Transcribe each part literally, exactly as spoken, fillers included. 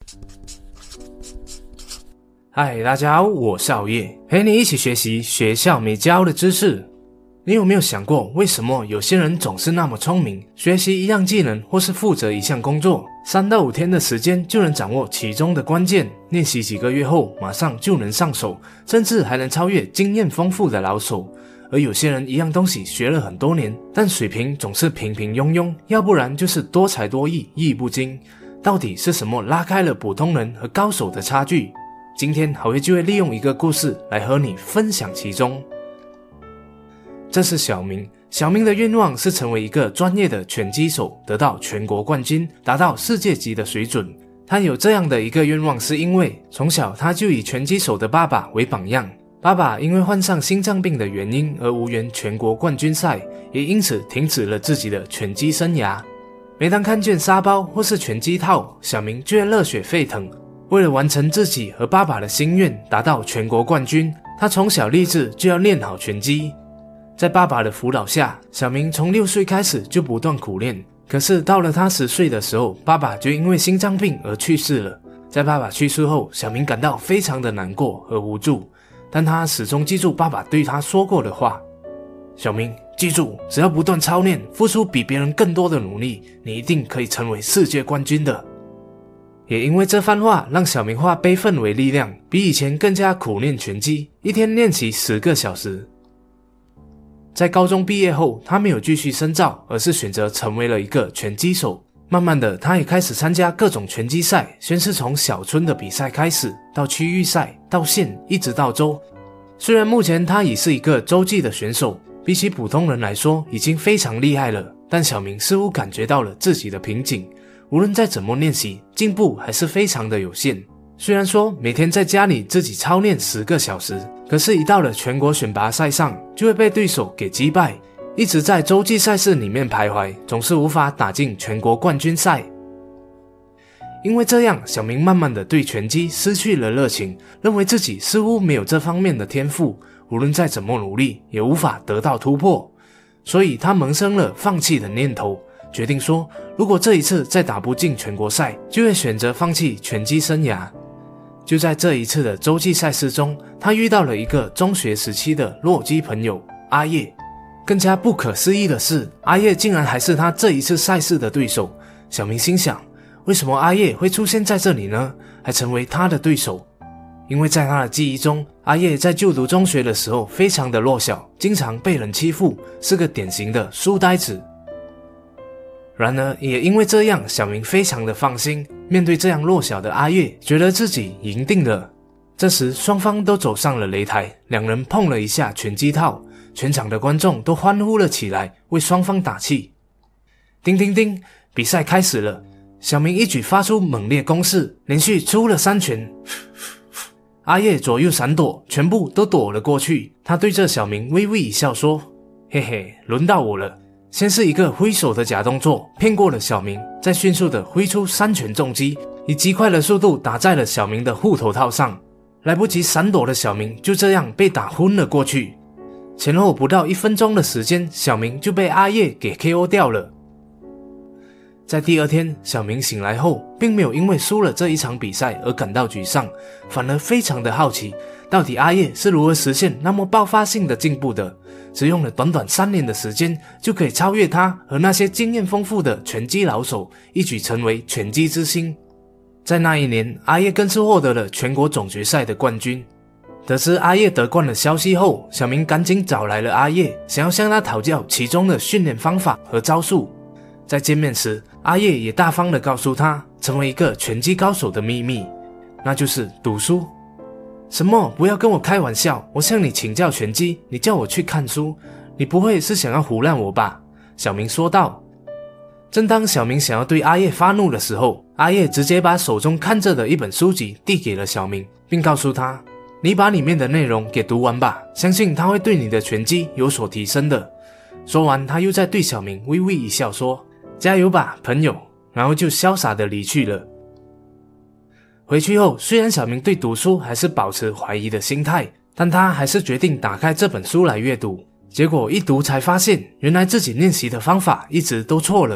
嗨，大家好，我是熬夜，陪你一起学习学校没教的知识。你有没有想过，为什么有些人总是那么聪明，学习一样技能或是负责一项工作，三到五天的时间就能掌握其中的关键，练习几个月后马上就能上手，甚至还能超越经验丰富的老手。而有些人一样东西学了很多年，但水平总是平平庸庸，要不然就是多才多艺，艺不精。到底是什么拉开了普通人和高手的差距？今天好爷就会利用一个故事来和你分享其中。这是小明，小明的愿望是成为一个专业的拳击手，得到全国冠军，达到世界级的水准。他有这样的一个愿望，是因为从小他就以拳击手的爸爸为榜样。爸爸因为患上心脏病的原因而无缘全国冠军赛，也因此停止了自己的拳击生涯。每当看见沙包或是拳击套，小明就会热血沸腾。为了完成自己和爸爸的心愿，达到全国冠军，他从小立志就要练好拳击。在爸爸的辅导下，小明从六岁开始就不断苦练。可是到了他十岁的时候，爸爸就因为心脏病而去世了。在爸爸去世后，小明感到非常的难过和无助，但他始终记住爸爸对他说过的话：小明，记住，只要不断操练，付出比别人更多的努力，你一定可以成为世界冠军的。也因为这番话，让小明化悲愤为力量，比以前更加苦练拳击，一天练习十个小时。在高中毕业后，他没有继续深造，而是选择成为了一个拳击手。慢慢的，他也开始参加各种拳击赛，先是从小村的比赛开始，到区域赛，到县，一直到州。虽然目前他已是一个洲际的选手，比起普通人来说已经非常厉害了，但小明似乎感觉到了自己的瓶颈。无论再怎么练习，进步还是非常的有限。虽然说每天在家里自己操练十个小时，可是一到了全国选拔赛上，就会被对手给击败，一直在洲际赛事里面徘徊，总是无法打进全国冠军赛。因为这样，小明慢慢的对拳击失去了热情，认为自己似乎没有这方面的天赋，无论再怎么努力，也无法得到突破，所以他萌生了放弃的念头。决定说，如果这一次再打不进全国赛，就会选择放弃拳击生涯。就在这一次的洲际赛事中，他遇到了一个中学时期的弱鸡朋友阿叶。更加不可思议的是，阿叶竟然还是他这一次赛事的对手。小明心想，为什么阿叶会出现在这里呢？还成为他的对手？因为在他的记忆中，阿叶在就读中学的时候非常的弱小，经常被人欺负，是个典型的书呆子。然而也因为这样，小明非常的放心，面对这样弱小的阿叶，觉得自己赢定了。这时双方都走上了擂台，两人碰了一下拳击套，全场的观众都欢呼了起来，为双方打气。叮叮叮，比赛开始了。小明一举发出猛烈攻势，连续出了三拳。阿叶左右闪躲，全部都躲了过去。他对着小明微微一笑说：嘿嘿，轮到我了。先是一个挥手的假动作骗过了小明，再迅速的挥出三拳重击，以极快的速度打在了小明的护头套上。来不及闪躲的小明就这样被打昏了过去。前后不到一分钟的时间，小明就被阿叶给 K O 掉了。在第二天，小明醒来后，并没有因为输了这一场比赛而感到沮丧，反而非常的好奇，到底阿叶是如何实现那么爆发性的进步的。只用了短短三年的时间，就可以超越他和那些经验丰富的拳击老手，一举成为拳击之星。在那一年，阿叶更是获得了全国总决赛的冠军。得知阿叶得冠的消息后，小明赶紧找来了阿叶，想要向他讨教其中的训练方法和招数。在见面时，阿叶也大方地告诉他，成为一个拳击高手的秘密，那就是读书。什么？不要跟我开玩笑！我向你请教拳击，你叫我去看书，你不会是想要唬烂我吧？小明说道。正当小明想要对阿叶发怒的时候，阿叶直接把手中看着的一本书籍递给了小明，并告诉他：你把里面的内容给读完吧，相信它会对你的拳击有所提升的。说完，他又在对小明微微一笑说：加油吧，朋友，然后就潇洒地离去了。回去后，虽然小明对读书还是保持怀疑的心态，但他还是决定打开这本书来阅读。结果一读才发现，原来自己练习的方法一直都错了。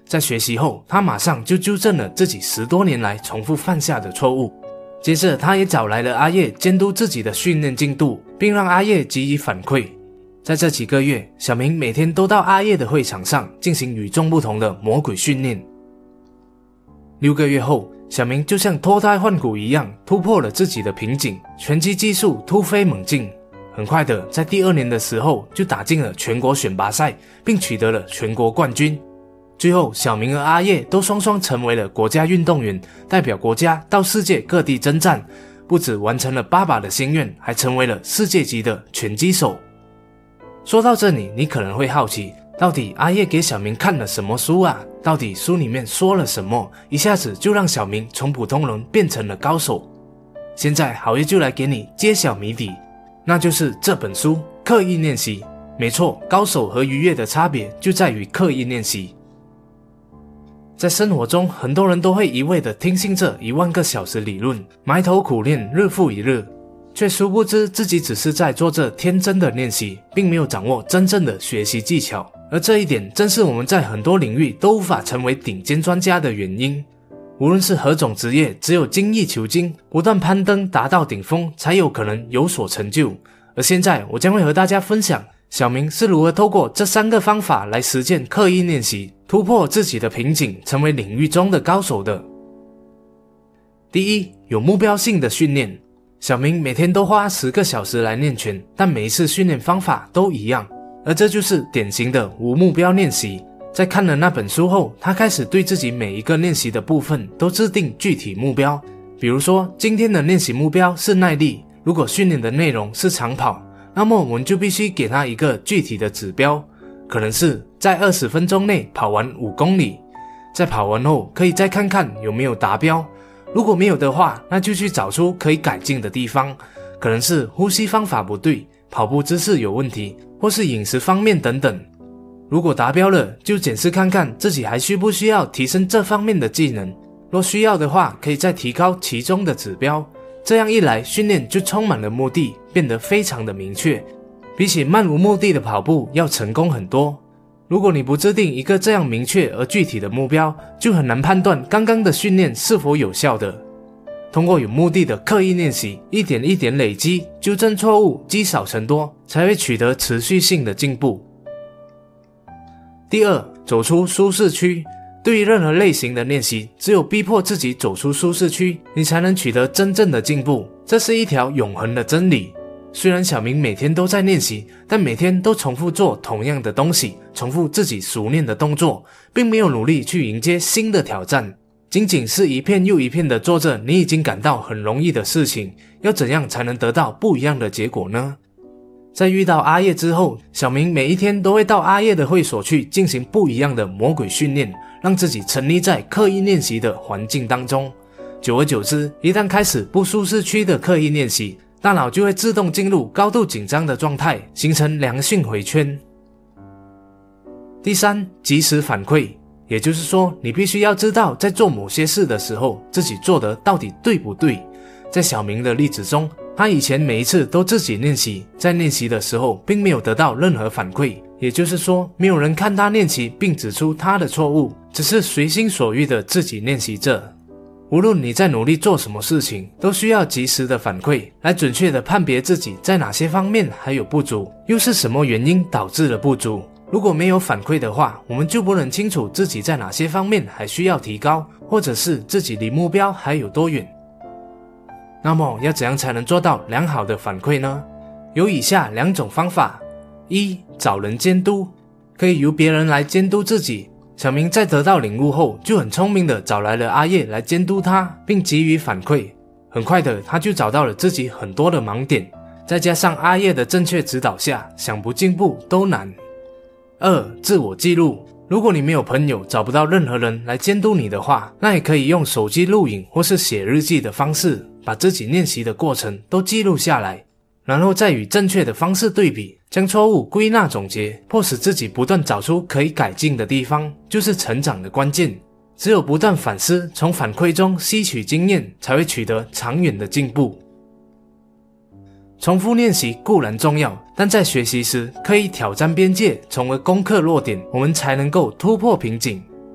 在学习后，他马上就纠正了自己十多年来重复犯下的错误。接着他也找来了阿叶监督自己的训练进度，并让阿叶给予反馈。在这几个月，小明每天都到阿叶的会场上进行与众不同的魔鬼训练。六个月后，小明就像脱胎换骨一样突破了自己的瓶颈，拳击技术突飞猛进。很快的，在第二年的时候就打进了全国选拔赛，并取得了全国冠军。最后，小明和阿叶都双双成为了国家运动员，代表国家到世界各地征战，不止完成了爸爸的心愿，还成为了世界级的拳击手。说到这里，你可能会好奇，到底阿叶给小明看了什么书啊？到底书里面说了什么，一下子就让小明从普通人变成了高手？现在好叶就来给你揭晓谜底，那就是这本书《刻意练习》。没错，高手和愉悦的差别就在于刻意练习。在生活中，很多人都会一味地听信这一万个小时理论，埋头苦练，日复一日，却殊不知自己只是在做这天真的练习，并没有掌握真正的学习技巧。而这一点正是我们在很多领域都无法成为顶尖专家的原因。无论是何种职业，只有精益求精，不断攀登，达到顶峰，才有可能有所成就。而现在我将会和大家分享小明是如何透过这三个方法来实践刻意练习，突破自己的瓶颈，成为领域中的高手的。第一，有目标性的训练。小明每天都花十个小时来练拳，但每一次训练方法都一样，而这就是典型的无目标练习。在看了那本书后，他开始对自己每一个练习的部分都制定具体目标。比如说，今天的练习目标是耐力，如果训练的内容是长跑，那么我们就必须给他一个具体的指标，可能是在二十分钟内跑完五公里。在跑完后，可以再看看有没有达标，如果没有的话，那就去找出可以改进的地方，可能是呼吸方法不对，跑步姿势有问题，或是饮食方面等等。如果达标了，就检视看看自己还需不需要提升这方面的技能，若需要的话，可以再提高其中的指标。这样一来，训练就充满了目的，变得非常的明确，比起漫无目的的跑步要成功很多。如果你不制定一个这样明确而具体的目标，就很难判断刚刚的训练是否有效的。通过有目的的刻意练习，一点一点累积，纠正错误，积少成多，才会取得持续性的进步。第二，走出舒适区。对于任何类型的练习，只有逼迫自己走出舒适区，你才能取得真正的进步，这是一条永恒的真理。虽然小明每天都在练习，但每天都重复做同样的东西，重复自己熟练的动作，并没有努力去迎接新的挑战，仅仅是一片又一片的做着你已经感到很容易的事情，要怎样才能得到不一样的结果呢？在遇到阿叶之后，小明每一天都会到阿叶的会所去进行不一样的魔鬼训练，让自己沉溺在刻意练习的环境当中。久而久之，一旦开始不舒适区的刻意练习，大脑就会自动进入高度紧张的状态，形成良性回圈。第三，及时反馈。也就是说，你必须要知道在做某些事的时候，自己做的到底对不对。在小明的例子中，他以前每一次都自己练习，在练习的时候并没有得到任何反馈，也就是说，没有人看他练习并指出他的错误，只是随心所欲的自己练习着。无论你在努力做什么事情，都需要及时的反馈，来准确的判别自己在哪些方面还有不足，又是什么原因导致了不足。如果没有反馈的话，我们就不能清楚自己在哪些方面还需要提高，或者是自己离目标还有多远。那么要怎样才能做到良好的反馈呢？有以下两种方法。一，找人监督，可以由别人来监督自己。小明在得到领悟后，就很聪明的找来了阿叶来监督他，并给予反馈。很快的，他就找到了自己很多的盲点，再加上阿叶的正确指导下，想不进步都难。二，自我记录。如果你没有朋友，找不到任何人来监督你的话，那也可以用手机录影或是写日记的方式，把自己练习的过程都记录下来，然后再与正确的方式对比，将错误归纳总结，迫使自己不断找出可以改进的地方，就是成长的关键。只有不断反思，从反馈中吸取经验，才会取得长远的进步。重复练习固然重要，但在学习时可以挑战边界，从而攻克弱点，我们才能够突破瓶颈。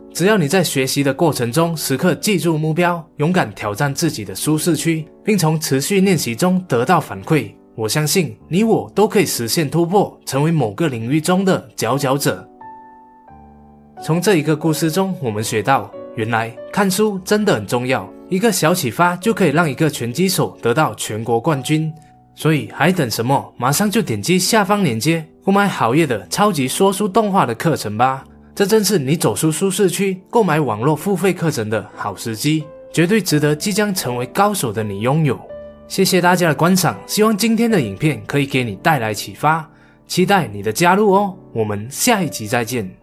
只要你在学习的过程中时刻记住目标，勇敢挑战自己的舒适区，并从持续练习中得到反馈，我相信你我都可以实现突破，成为某个领域中的佼佼者。从这一个故事中，我们学到，原来看书真的很重要，一个小启发就可以让一个拳击手得到全国冠军。所以还等什么？马上就点击下方链接，购买好业的超级说书动画的课程吧！这正是你走出舒适区，购买网络付费课程的好时机，绝对值得即将成为高手的你拥有。谢谢大家的观赏，希望今天的影片可以给你带来启发，期待你的加入哦！我们下一集再见。